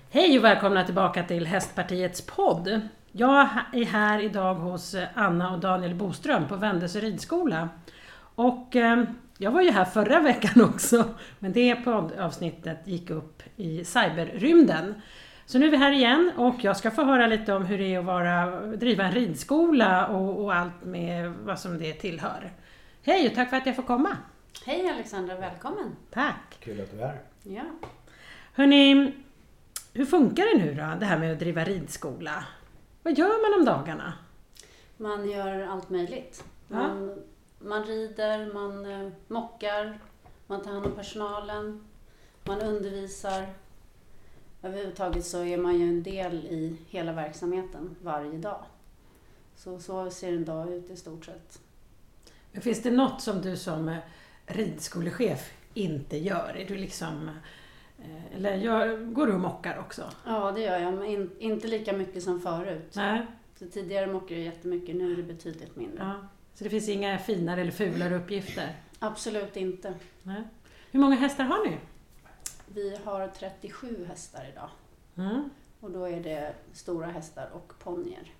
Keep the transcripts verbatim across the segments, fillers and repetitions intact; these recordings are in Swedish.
Hej och välkomna tillbaka till Hästpartiets podd. Jag är här idag hos Anna och Daniel Boström på Vändelsö ridskola. Och eh, jag var ju här förra veckan också, men det poddavsnittet gick upp i cyberrymden. Så nu är vi här igen och jag ska få höra lite om hur det är att vara, driva en ridskola och, och allt med vad som det tillhör. Hej och tack för att jag får komma. Hej Alexandra, välkommen. Tack. Kul att du är här. Ja. Hörrni, hur funkar det nu då, det här med att driva ridskola? Vad gör man om dagarna? Man gör allt möjligt. Man, ja. man rider, man eh, mockar, man tar hand om personalen, man undervisar. Överhuvudtaget så är man ju en del i hela verksamheten varje dag. Så, så ser en dag ut i stort sett. Men finns det något som du som ridskolechef inte gör? Är du liksom... Eller gör, går du och mockar också? Ja, det gör jag, men in, inte lika mycket som förut. Nej. Så tidigare mockade jag jättemycket, nu är det betydligt mindre. Ja. Så det finns inga finare eller fulare uppgifter? Absolut inte. Nej. Hur många hästar har ni? Vi har trettiosju hästar idag. Mm. Och då är det stora hästar och ponnyer.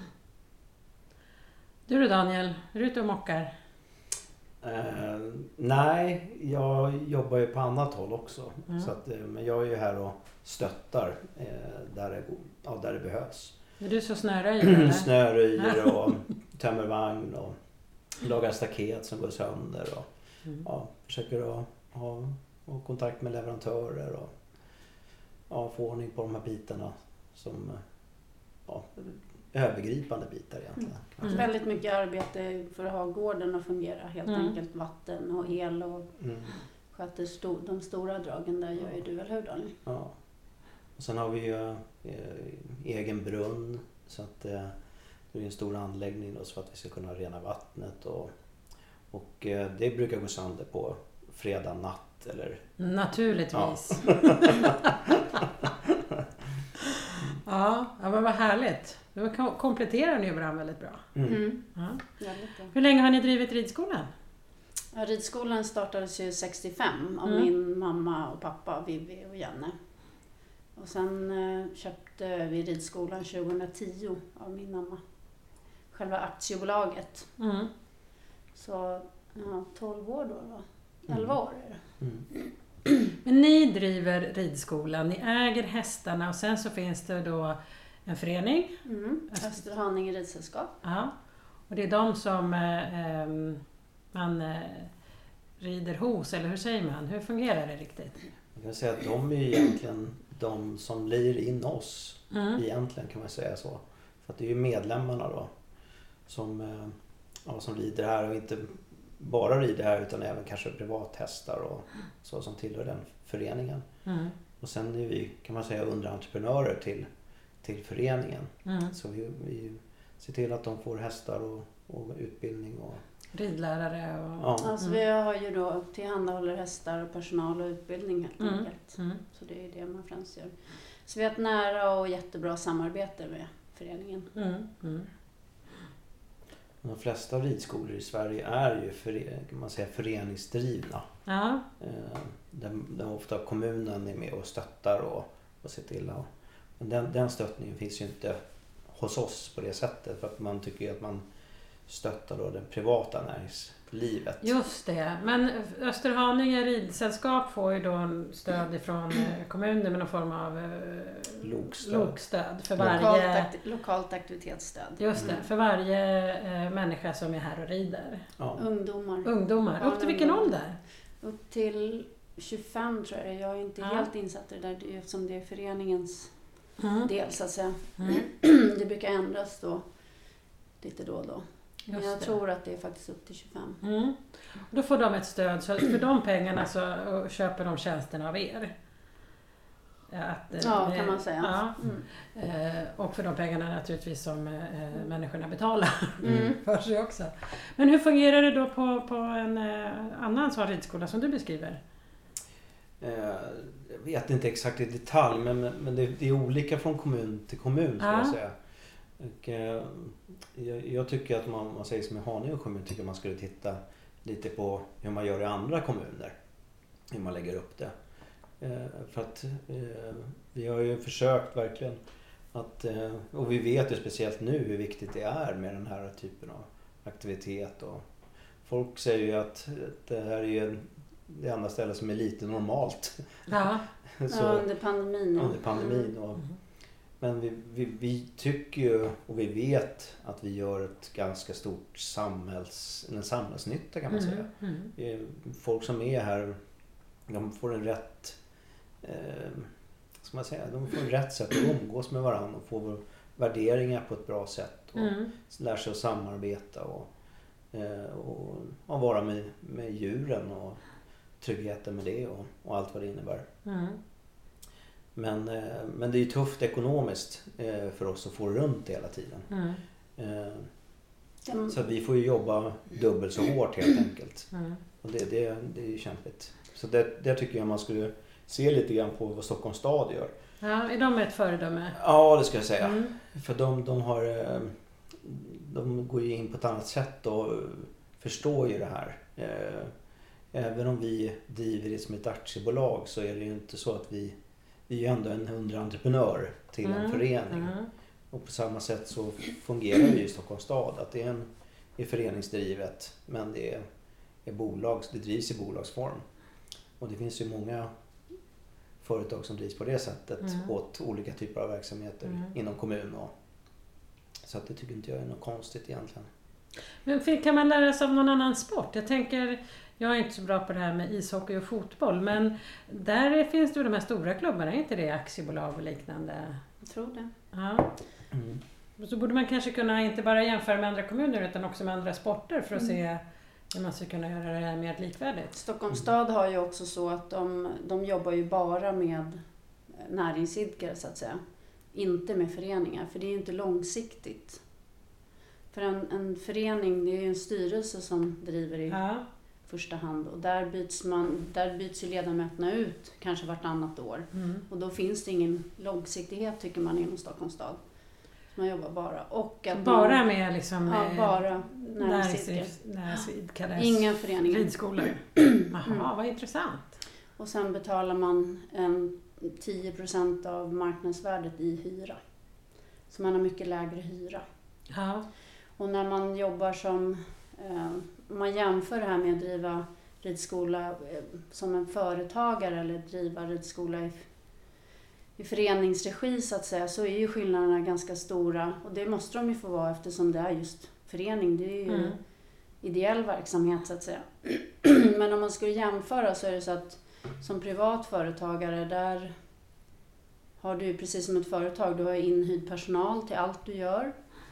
Du då Daniel, är du ute och mockar? Uh, nej, jag jobbar ju på annat håll också. Mm. Så att, men jag är ju här och stöttar eh, där, det, ja, där det behövs. Är du så snöröjare? Snöröjer och tömmer vagn och lagar staket som går sönder. Och, mm. ja, försöker att ha, ha kontakt med leverantörer och ja, få ordning på de här bitarna som ja, övergripande bitar egentligen. Mm. Mm. Väldigt mycket arbete för att ha gården att fungera. Helt mm. enkelt vatten och el och mm. sköter sto- de stora dragen. Där gör ju du, eller hur Daniel? Ja. Och sen har vi ju eh, egen brunn. Så att eh, det är en stor anläggning då, så att vi ska kunna rena vattnet. Och, och eh, det brukar gå sönder på fredag natt. Eller... Naturligtvis. Ja. Ja, ja, men vad härligt. Då kompletterar ni varandra väldigt bra. Mm. Mm. Ja. Väldigt bra. Hur länge har ni drivit ridskolan? Ja, ridskolan startades ju sextiofem av mm. min mamma och pappa, Vivi och Janne. Och sen eh, köpte vi ridskolan tjugohundratio av min mamma. Själva aktiebolaget. Mm. Så ja, tolv år då, då. elva år är det. Mm. Men ni driver ridskolan, ni äger hästarna och sen så finns det då en förening. Mm. Österhaninge ridsällskap. Ja, och det är de som eh, man eh, rider hos, eller hur säger man? Hur fungerar det riktigt? Jag kan säga att de är egentligen de som lir in oss. Mm. Egentligen kan man säga så. För att det är ju medlemmarna då som, eh, ja, som rider här och inte bara rider här utan även kanske privathästar och så som tillhör den föreningen. Mm. Och sen är vi, kan man säga, underentreprenörer till, till föreningen. Mm. Så vi, vi ser till att de får hästar och, och utbildning. Och, ridlärare och... Ja. Alltså vi har ju då tillhandahåller hästar och personal och utbildning helt mm. enkelt. Mm. Så det är det man främst gör. Så vi har ett nära och jättebra samarbete med föreningen. Mm. Mm. De flesta ridskolor i Sverige är ju före, kan man säga, föreningsdrivna. Ja. Där, där ofta kommunen är med och stöttar och, och ser till. Och, men den, den stöttningen finns ju inte hos oss på det sättet. För att man tycker ju att man stöttar då det privata näringslivet. Just det. Men Österhaninge ridsällskap får ju då stöd ifrån kommunen med någon form av eh, lokstöd. lokstöd för varje... Lokalt, akti- lokalt aktivitetsstöd. Just det, Mm. för varje eh, människa som är här och rider. Ja. Ungdomar. Ungdomar. Upp till vilken ålder? Upp till tjugofem tror jag. Jag är inte Ja. helt insatt i det där eftersom det är föreningens Mm. del så att säga. Mm. Det brukar ändras då lite då och då. Men Just jag det. tror att det är faktiskt upp till tjugofem. Mm. Och då får de ett stöd, så för de pengarna så köper de tjänsterna av er. Att, Ja, kan man säga. Ja. Mm. Eh, och för de pengarna naturligtvis som eh, människorna betalar Mm. för sig också. Men hur fungerar det då på, på en eh, annan sån ridskola som du beskriver? Eh, jag vet inte exakt i detalj men, men det, det är olika från kommun till kommun skulle Ja. jag säga. Och, eh, jag, jag tycker att man, man säger som i Haninge kommun tycker man skulle titta lite på hur man gör i andra kommuner. Hur man lägger upp det. För att vi har ju försökt verkligen att, och vi vet ju speciellt nu hur viktigt det är med den här typen av aktivitet. Och folk säger ju att det här är det enda stället som är lite normalt. Ja, så, ja under pandemin. Under pandemin. Och, mm. Men vi, vi, vi tycker ju och vi vet att vi gör ett ganska stort samhälls, en samhällsnytta kan man säga. Mm. Mm. Folk som är här, de får en rätt, eh, ska man säga, de får en rätt sätt att umgås med varandra och få värderingar på ett bra sätt. Och mm. lär sig att samarbeta och, eh, och, och vara med, med djuren och tryggheten med det och, och allt vad det innebär. Mm. Men, men det är ju tufft ekonomiskt för oss att få runt hela tiden. Mm. Så att vi får ju jobba dubbelt så hårt helt enkelt. Mm. Och det, det, det är ju kämpigt. Så det, det tycker jag man skulle se lite grann på vad Stockholms stad gör. Ja, är de ett föredöme? Ja, det ska jag säga. Mm. För de, de, har, de går ju in på ett annat sätt och förstår ju det här. Även om vi driver det som ett aktiebolag så är det ju inte så att vi Vi är ju ändå en underentreprenör till en mm, förening. Mm. Och på samma sätt så fungerar det ju i Stockholms stad. Att det är, en, är föreningsdrivet men det är, är bolags, det drivs i bolagsform. Och det finns ju många företag som drivs på det sättet mm. åt olika typer av verksamheter mm. inom kommun. Och, så att det tycker inte jag är något konstigt egentligen. Men kan man lära sig av någon annan sport? Jag tänker... Jag är inte så bra på det här med ishockey och fotboll, men där finns det ju de här stora klubbarna, är inte det aktiebolag och liknande? Jag tror det. Ja. Mm. Så borde man kanske kunna inte bara jämföra med andra kommuner utan också med andra sporter för att mm. se hur man ska kunna göra det här mer likvärdigt. Stockholms stad har ju också så att de, de jobbar ju bara med näringsidkare så att säga. Inte med föreningar, för det är ju inte långsiktigt. För en, en förening, det är ju en styrelse som driver i... Ja. Första hand och där byts, man, där byts ju ledamöterna ut kanske vartannat år mm. och då finns det ingen långsiktighet tycker man inom Stockholms stad. Man jobbar bara och att bara man, med liksom ja, bara näringsidkare. Inga föreningar. Ridskolor. Jaha, mm. vad intressant. Och sen betalar man en tio procent av marknadsvärdet i hyra. Så man har mycket lägre hyra. Ja. Och när man jobbar som om man jämför det här med att driva ridskola som en företagare eller driva ridskola i, i föreningsregi så att säga, så är ju skillnaderna ganska stora och det måste de ju få vara eftersom det är just förening, det är ju mm. ideell verksamhet så att säga. Men om man skulle jämföra så är det så att som privat företagare där har du precis som ett företag, du har inhyrd personal till allt du gör.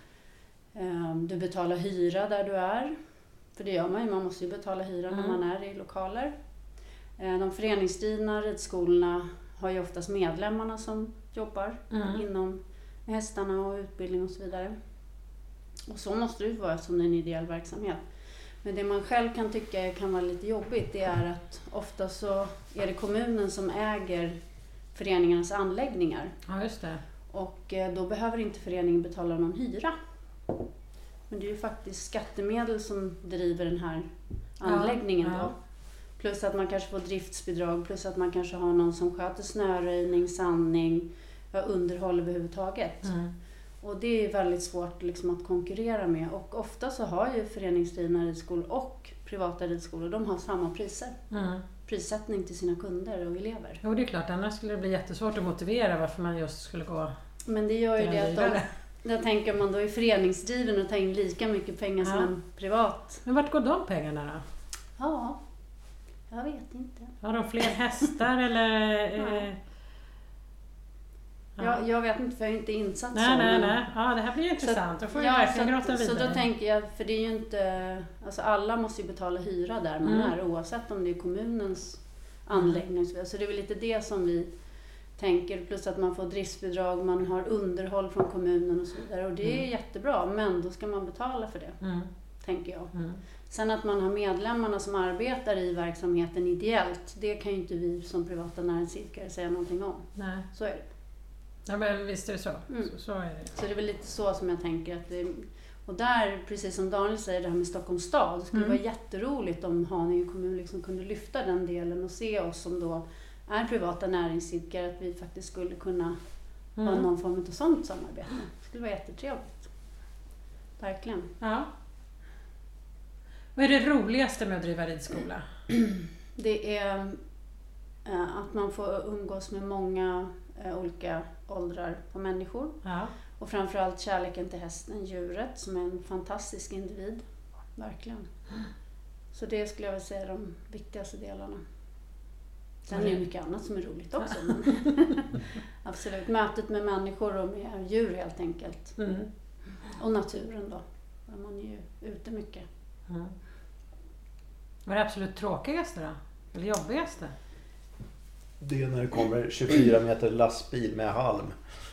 Du betalar hyra där du är. För det gör man ju, man måste ju betala hyra mm. när man är i lokaler. De föreningsdrivna ridskolorna har ju oftast medlemmarna som jobbar mm. inom hästarna och utbildning och så vidare. Och så måste det ju vara som en ideell verksamhet. Men det man själv kan tycka kan vara lite jobbigt det är att ofta så är det kommunen som äger föreningarnas anläggningar. Ja, just det. Och då behöver inte föreningen betala någon hyra. Men det är ju faktiskt skattemedel som driver den här anläggningen ja, ja. då. Plus att man kanske får driftsbidrag, plus att man kanske har någon som sköter snöröjning, sandning, underhåll överhuvudtaget. Mm. Och det är väldigt svårt liksom att konkurrera med. Och ofta så har ju föreningsdrivna ridskolor och privata ridskolor, de har samma priser. Mm. Prissättning till sina kunder och elever. Jo, det är klart. Annars skulle det bli jättesvårt att motivera varför man just skulle gå. Men det gör ju det att de... Jag tänker om man då är föreningsdriven och tar in lika mycket pengar ja. som en privat. Men vart går de pengarna då? Ja, jag vet inte. Har de fler hästar eller? Ja. Eh, ja. Jag, jag vet inte för jag är inte insatt nej, så. Nej, nej, ja det här blir intressant. Då får jag ja, verkligen gråta vidare. Så då tänker jag, för det är ju inte, alltså alla måste ju betala hyra där man mm. är oavsett om det är kommunens anläggning och så vidare. Så det är väl lite det som vi tänker, plus att man får driftsbidrag, man har underhåll från kommunen och så vidare. Och det är mm. jättebra, men då ska man betala för det, mm. tänker jag. Mm. Sen att man har medlemmarna som arbetar i verksamheten ideellt, det kan ju inte vi som privata näringsidkare säga någonting om. Nej. Så är det. Ja, men visst är det så. Mm. så. Så är det. Så det är väl lite så som jag tänker att det, och där, precis som Daniel säger, det här med Stockholms stad, det skulle mm. vara jätteroligt om Haninge kommun liksom kunde lyfta den delen och se oss som då är privata näringsidkare, att vi faktiskt skulle kunna Mm. ha någon form av sånt samarbete. Det skulle vara jättetrevligt. Verkligen. Ja. Vad är det roligaste med att driva ridskola? Det är eh, att man får umgås med många eh, olika åldrar på människor. Ja. Och framförallt kärleken till hästen, djuret, som är en fantastisk individ. Verkligen. Så det skulle jag vilja säga är de viktigaste delarna. Sen är det mycket annat som är roligt också. Men absolut. Mötet med människor och med djur helt enkelt. Mm. Och naturen då. Där man är ju ute mycket. Mm. Vad är det absolut tråkigaste då? Eller jobbigaste? Det är när det kommer tjugofyra meter lastbil med halm.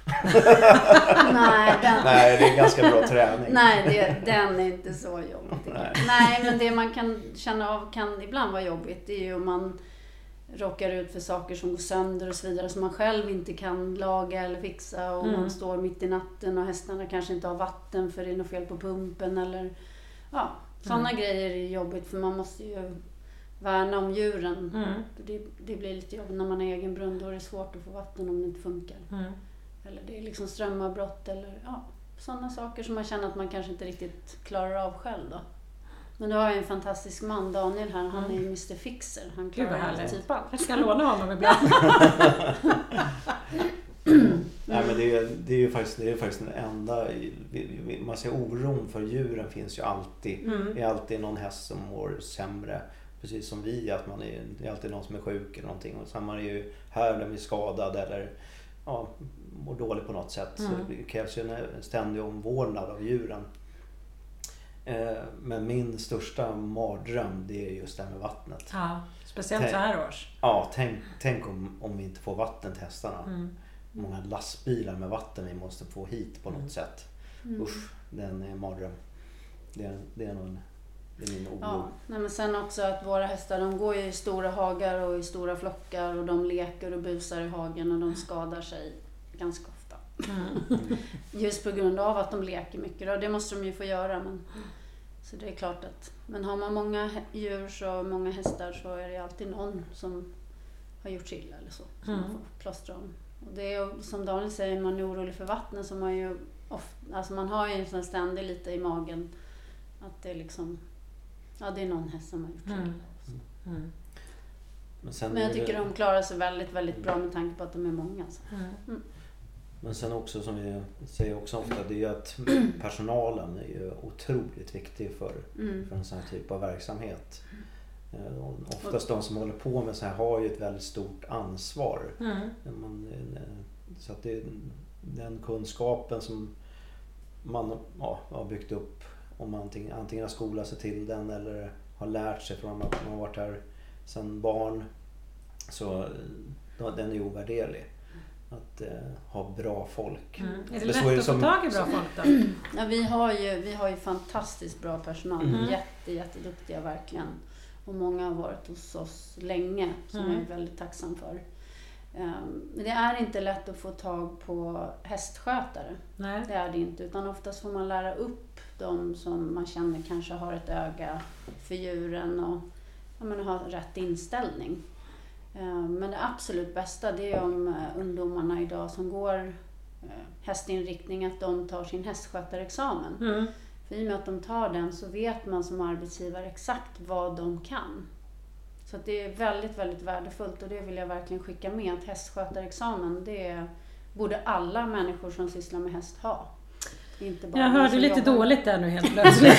Nej, den... Nej, det är ganska bra träning. Nej, det, den är inte så jobbig. Nej. Nej, men det man kan känna av kan ibland vara jobbigt. Det är ju om man råkar ut för saker som går sönder och så vidare som man själv inte kan laga eller fixa. Och Mm. man står mitt i natten och hästarna kanske inte har vatten för det är något fel på pumpen. Eller, ja, sådana Mm. grejer är jobbigt för man måste ju värna om djuren. Mm. Det, det blir lite jobbigt när man har egen brunn. Då är det svårt att få vatten om det inte funkar. Mm. Eller det är liksom strömavbrott eller ja, sådana saker som man känner att man kanske inte riktigt klarar av själv då. Men nu har jag en fantastisk man, Daniel här, han är ju mister Fixer. Han Gud vad klarar härligt. typ allt. Jag ska låna honom ibland. Nej, men det är, det är ju faktiskt, det är faktiskt den enda, man ser oron för djuren finns ju alltid. Mm. Det är alltid någon häst som mår sämre. Precis som vi, att man är, det är alltid någon som är sjuk eller någonting. Och samma är ju här när vi är skadad eller ja, mår dåligt på något sätt. Mm. Så det krävs ju en ständig omvårdnad av djuren. Eh, men min största mardröm, det är just det här med vattnet. Ja, speciellt så här års. Ja, tänk, tänk om, om vi inte får vatten till hästarna. Mm. Många lastbilar med vatten vi måste få hit på något Mm. sätt. Mm. Usch, den är mardröm. Det är, det är nog en, det är min oro. Ja, nej, men sen också att våra hästar, de går ju i stora hagar och i stora flockar och de leker och busar i hagen och de skadar sig ganska ofta. Mm. Just på grund av att de leker mycket och det måste de ju få göra. Men, så det är klart att, men har man många djur så många hästar så är det alltid någon som har gjort sig illa eller så. Som Mm. man får plåstra om. Och det är som Daniel säger, man är orolig för vattnet så man ju ofta, alltså man har ju en sån ständig lite i magen att det är liksom, ja det är någon häst som har gjort sig Mm. illa. Mm. Men, sen Men jag är det- tycker de klarar sig väldigt, väldigt bra med tanke på att de är många. Så. Mm. Men sen också som vi säger också ofta, det är ju att personalen är ju otroligt viktig för, Mm. för en sån här typ av verksamhet. Eh, och Oftast de som håller på med så här har ju ett väldigt stort ansvar. Mm. Man, eh, så att det, den kunskapen som man ja, har byggt upp, om man antingen, antingen har skolat sig till den eller har lärt sig från att man har varit här sedan barn, så då, den är ju ovärderlig. Att eh, ha bra folk. Mm. Är det Men så lätt är det att få som- tag i bra folk då? Ja, vi, har ju, vi har ju fantastiskt bra personal. Mm. Jätte, jätteduktiga verkligen. Och många har varit hos oss länge som Mm. jag är väldigt tacksam för. Um, men det är inte lätt att få tag på hästskötare. Nej. Det är det inte. Utan oftast får man lära upp de som man känner kanske har ett öga för djuren och ja, men har rätt inställning. Um, men det absolut bästa det är om uh, ungdomarna idag som går uh, hästinriktning att de tar sin hästskötarexamen. Mm. För i och med att de tar den så vet man som arbetsgivare exakt vad de kan. Så att det är väldigt, väldigt värdefullt och det vill jag verkligen skicka med att hästskötarexamen det borde alla människor som sysslar med häst ha. Inte bara Jag de hörde som lite jobbar. dåligt där nu helt plötsligt.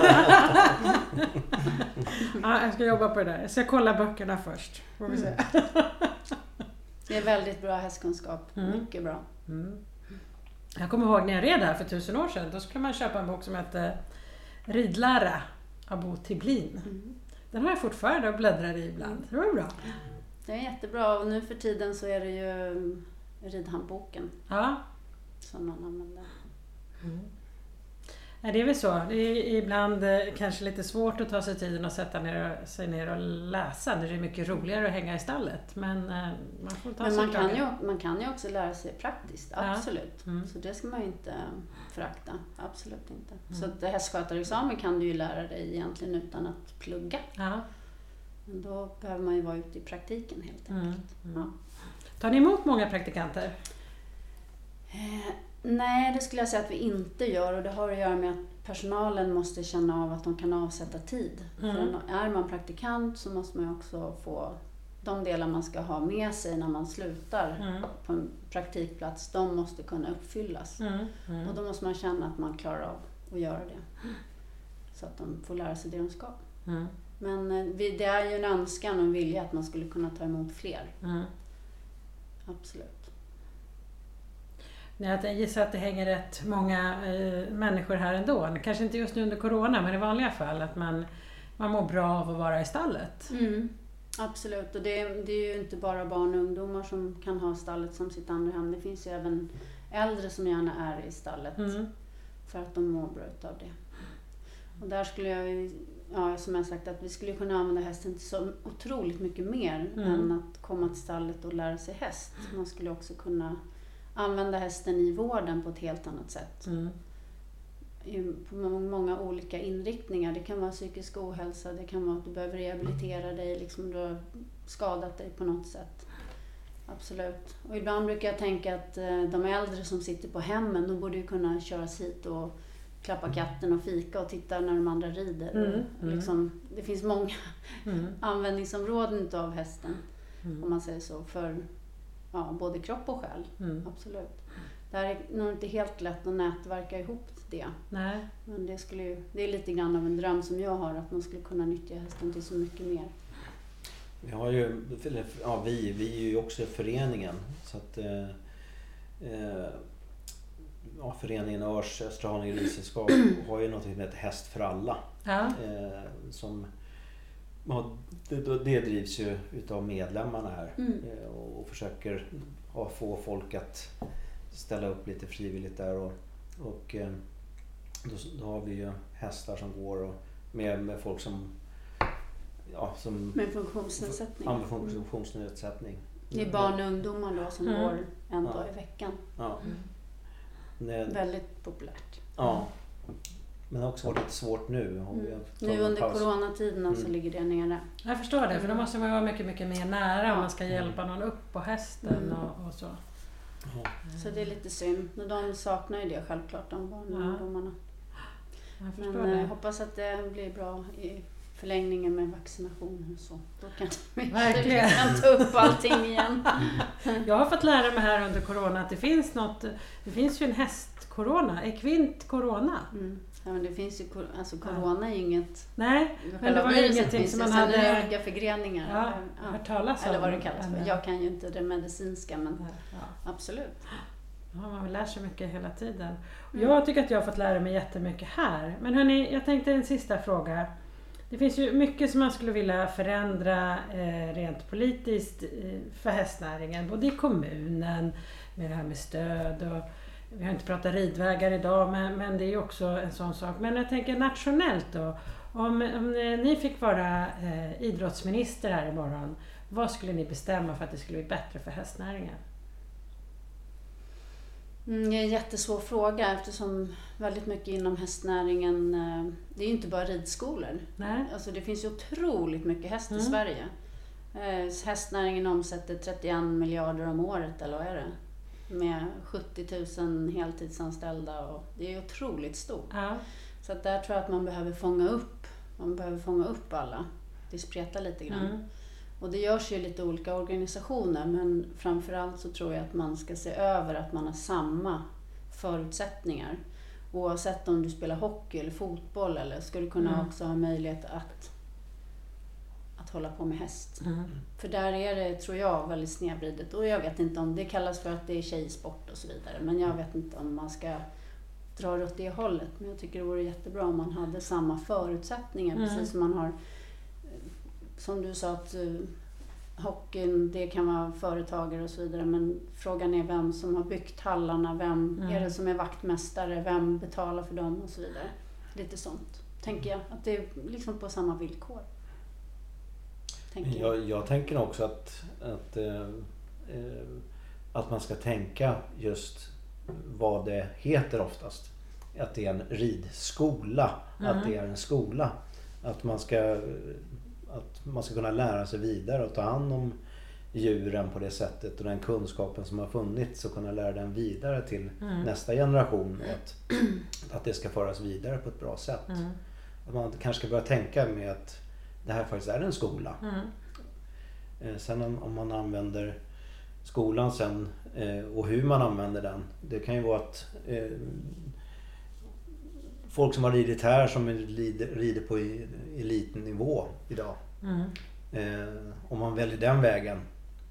Ja, jag ska jobba på det där. Jag ska kolla böckerna först. Får vi se. Det är väldigt bra hästkunskap. Mm. Mycket bra. Mm. Jag kommer ihåg när jag red här för tusen år sedan. Då skulle man köpa en bok som hette Ridlära av Bo Tiblin. Mm. Den har jag fortfarande och bläddrar i ibland. Det var bra. Det är jättebra och nu för tiden så är det ju ridhandboken Ja. som man använder. Mm. Nej, det är väl så. Det är ibland eh, kanske lite svårt att ta sig tiden och sätta ner, sig ner och läsa när det är mycket roligare att hänga i stallet. Men eh, man får ta Men sig man kan, dagar. ju, man kan ju också lära sig praktiskt, Ja. absolut. Mm. Så det ska man ju inte förakta, absolut inte. Mm. Så att hästskötarexamen kan du ju lära dig egentligen utan att plugga. Ja. Men då behöver man ju vara ute i praktiken helt enkelt. Mm. Mm. Ja. Tar ni emot många praktikanter? Eh, nej, det skulle jag säga att vi inte gör, och det har att göra med att personalen måste känna av att de kan avsätta tid. Mm. För är man praktikant så måste man också få de delar man ska ha med sig när man slutar Mm. på en praktikplats, de måste kunna uppfyllas. Mm. Mm. Och då måste man känna att man klarar av att göra det. Så att de får lära sig det de ska. Mm. Men eh, vi, det är ju en önskan och en vilja att man skulle kunna ta emot fler. Mm. Absolut. Jag gissar att det hänger rätt många eh, människor här ändå. Kanske inte just nu under corona, men i vanliga fall att man, man mår bra av att vara i stallet. Mm. Absolut, och det, det är ju inte bara barn och ungdomar som kan ha stallet som sitt andra hem. Det finns ju även äldre som gärna är i stallet Mm. för att de mår bra utav det. Och där skulle jag ju, ja, som jag sagt, att vi skulle kunna använda hästen till så otroligt mycket mer Mm. än att komma till stallet och lära sig häst. Man skulle också kunna använda hästen i vården på ett helt annat sätt. Mm. I- På må- många olika inriktningar. Det kan vara psykisk ohälsa, det kan vara att du behöver rehabilitera dig, liksom du har skadat dig på något sätt. Absolut. Och ibland brukar jag tänka att eh, de äldre som sitter på hemmen, de borde ju kunna köras hit och klappa katten och fika och titta när de andra rider. Mm, Och mm. liksom, det finns många Mm. användningsområden av hästen, Mm. om man säger så, för ja, både kropp och själ. Mm. Absolut. Det här är nog inte helt lätt att nätverka ihop det. Nej. Men det, skulle ju, det är lite grann av en dröm som jag har, att man skulle kunna nyttja hästen till så mycket mer. Vi har ju, eller, ja, vi, vi är ju också föreningen. Så att, eh, eh, ja, föreningen Örs Östra Haninge Ridsällskap har ju något som heter Häst för alla. Ja. Eh, som, ja, det, det drivs ju utav medlemmarna här. Mm. Eh, och, och försöker ja, få folk att ställa upp lite frivilligt där. Och, och eh, då, då har vi ju hästar som går och med, med folk som ja, som Med funktionsnedsättning. Ja, med funktionsnedsättning. Det är barn och ungdomar då som Mm. går en Ja. dag i veckan. Ja. Det, Väldigt populärt. ja. Men det har också varit lite svårt nu. Har vi Mm. haft Nu en under paus. coronatiderna så Mm. ligger det nere. Jag förstår det, för då måste man vara mycket, mycket mer nära om man ska Mm. hjälpa någon upp på hästen Mm. och, och så. Ja. Så det är lite synd. Men de saknar ju det självklart, de barn och Ja. ungdomarna. Jag förstår Men jag det. hoppas att det blir bra i förlängningen med vaccinationen och så. Då kan vi Verkligen. kan ta upp allting igen. Jag har fått lära mig här under corona att det finns något, det finns ju en hästcorona, ekvint corona. Mm. Ja, men det finns ju, kor- alltså corona är ju inget... Nej, men det själva var viruset ingenting finns som ju, man sen är det hade olika förgreningar. ja, Ja. hört talas om. Eller vad det kallas Men, för. Jag kan ju inte det medicinska, men ja. absolut. Ja, man lär sig mycket hela tiden. Och Mm. jag tycker att jag har fått lära mig jättemycket här. Men hörni, jag tänkte en sista fråga. Det finns ju mycket som man skulle vilja förändra eh, rent politiskt eh, för hästnäringen. Både i kommunen, med det här med stöd och vi har inte pratat ridvägar idag, men, men det är ju också en sån sak. Men jag tänker nationellt då. Om, om ni fick vara eh, idrottsminister här imorgon, vad skulle ni bestämma för att det skulle bli bättre för hästnäringen? Mm, det är en jättesvår fråga eftersom väldigt mycket inom hästnäringen, eh, det är ju inte bara ridskolor. Nej? Alltså det finns ju otroligt mycket häst i Mm. Sverige. Eh, hästnäringen omsätter trettioen miljarder om året, eller vad är det? Med sjuttio tusen heltidsanställda, och det är otroligt stort. Ja. Så att där tror jag att man behöver fånga upp, man behöver fånga upp alla. Det spretar lite grann. Mm. Och det görs ju lite olika organisationer, men framförallt så tror jag att man ska se över att man har samma förutsättningar. Oavsett om du spelar hockey eller fotboll, eller ska du kunna Mm. också ha möjlighet att, att hålla på med häst. Mm. För där är det, tror jag, väldigt snedvridet. Och jag vet inte om det kallas för att det är tjejsport och så vidare. Men jag vet inte om man ska dra det åt det hållet. Men jag tycker det vore jättebra om man hade samma förutsättningar. Mm. Precis som man har, som du sa, att uh, hockeyn, det kan vara företagare och så vidare. Men frågan är vem som har byggt hallarna. Vem Mm. är det som är vaktmästare? Vem betalar för dem och så vidare. Lite sånt, tänker jag. Att det är liksom på samma villkor. Tänker jag. Jag, jag tänker också att, att, eh, eh, att man ska tänka just vad det heter oftast. Att det är en ridskola, Mm. att det är en skola. Att man ska, att man ska kunna lära sig vidare och ta hand om djuren på det sättet och den kunskapen som har funnits och kunna lära den vidare till mm. nästa generation och att, att det ska föras vidare på ett bra sätt. Mm. Att man kanske ska börja tänka med att det här faktiskt är en skola. Mm. Sen om, om man använder skolan sen och hur man använder den, det kan ju vara att eh, folk som har ridit här som rider, rider på elitnivå idag. Mm. Eh, om man väljer den vägen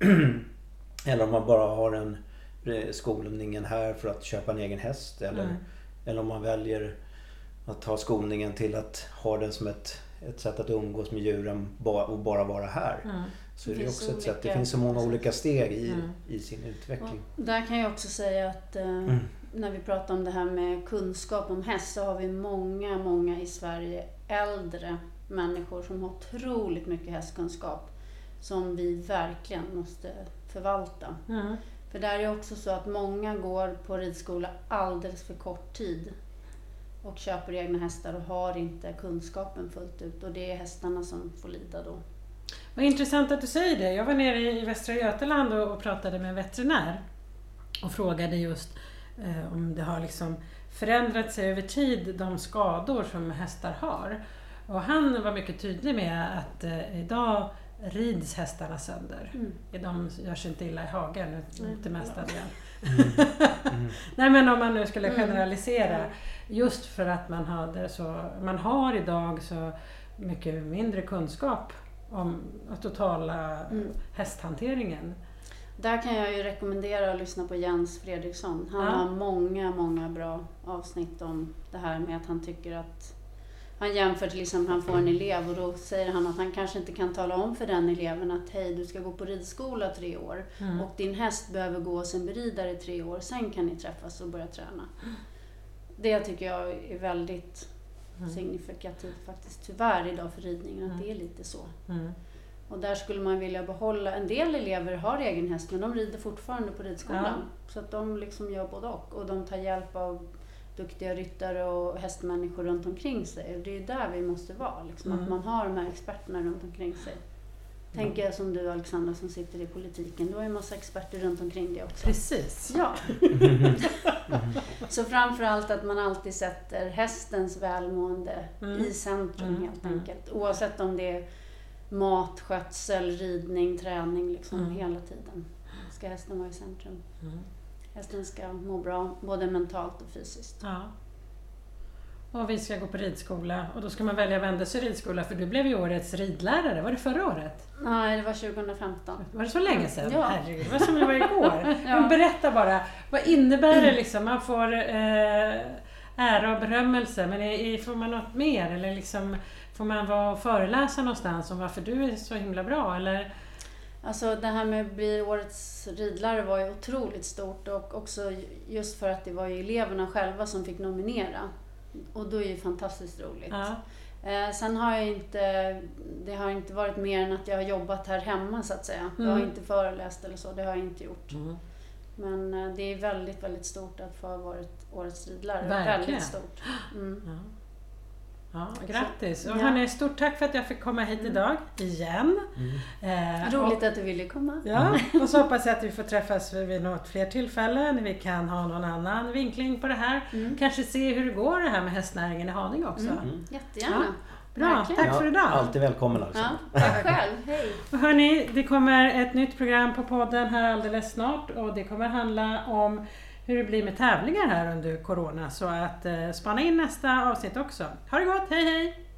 eller om man bara har en skolningen här för att köpa en egen häst eller, mm. eller om man väljer att ta skolningen till att ha den som ett, ett sätt att umgås med djuren och bara vara här. Mm. Så det, det är också ett sätt, det finns så många olika steg i, mm. i sin utveckling. Och där kan jag också säga att eh, mm. när vi pratar om det här med kunskap om häst så har vi många, många i Sverige äldre människor som har otroligt mycket hästkunskap som vi verkligen måste förvalta. Mm. För där är det också så att många går på ridskola alldeles för kort tid och köper egna hästar och har inte kunskapen fullt ut och det är hästarna som får lida då. Vad intressant att du säger det. Jag var nere i Västra Götaland och pratade med en veterinär och frågade just eh, om det har liksom förändrat sig över tid de skador som hästar har. Och han var mycket tydlig med att eh, idag rids hästarna sönder. Mm. De görs inte illa i hagen, mm. till mesta del. Mm. Mm. Nej, men om man nu skulle generalisera, mm. just för att man, hade så, man har idag så mycket mindre kunskap om totala mm. hästhanteringen. Där kan jag ju rekommendera att lyssna på Jens Fredriksson. Han ja. har många, många bra avsnitt om det här med att han tycker att han jämför till exempel, han får en elev och då säger han att han kanske inte kan tala om för den eleven att hej, du ska gå på ridskola tre år mm. och din häst behöver gå hos en beridare i tre år, sen kan ni träffas och börja träna. Mm. Det tycker jag är väldigt mm. signifikativt faktiskt tyvärr idag för ridningen, att mm. det är lite så. Mm. Och där skulle man vilja behålla, en del elever har egen häst men de rider fortfarande på ridskolan. Ja. Så att de liksom gör både och och de tar hjälp av duktiga ryttare och hästmänniskor runt omkring sig. Och det är ju där vi måste vara, liksom, mm. att man har de här experterna runt omkring sig. Tänker jag som du, Alexandra, som sitter i politiken. Du har ju en massa experter runt omkring dig också. Precis. Ja. Så framförallt att man alltid sätter hästens välmående mm. i centrum mm. helt enkelt. Oavsett om det är mat, skötsel, ridning, träning, liksom mm. hela tiden ska hästen vara i centrum. Mm. Hästen ska må bra, både mentalt och fysiskt. Ja. Och vi ska gå på ridskola och då ska man välja Vändelsö ridskola för du blev ju årets ridlärare. Var det förra året? Nej, det var tjugohundrafemton. Var det så länge sedan? Ja. Herregud, det var som det var igår. Ja. Men berätta bara, vad innebär det liksom? Man får eh, ära och berömmelse, men är, är, får man något mer? Eller liksom, får man vara och föreläsa någonstans om varför du är så himla bra? Eller... Alltså det här med att bli årets ridlärare var ju otroligt stort och också just för att det var ju eleverna själva som fick nominera. Och då är det ju fantastiskt roligt. Ja. Eh, sen har jag inte, det har inte varit mer än att jag har jobbat här hemma så att säga. Mm. Jag har inte föreläst eller så, det har jag inte gjort. Mm. Men eh, det är väldigt, väldigt stort att få ha varit årets ridlärare. Verkligen. Väldigt stort. Mm. Ja. Ja, grattis. Och hörni, stort tack för att jag fick komma hit idag igen. Mm. Eh, Roligt och, att du ville komma. Ja, och så hoppas jag att vi får träffas vid något fler tillfällen. Vi kan ha någon annan vinkling på det här. Mm. Kanske se hur det går det här med hästnäringen i Haninge också. Mm. Mm. Jättegärna. Ja. Bra, Verkligen. Tack för idag. Ja, alltid välkommen alltså. Ja, tack själv. Hej. Och hörni, det kommer ett nytt program på podden här alldeles snart. Och det kommer handla om hur det blir med tävlingar här under corona. Så att eh, spana in nästa avsnitt också. Ha det gott, hej hej!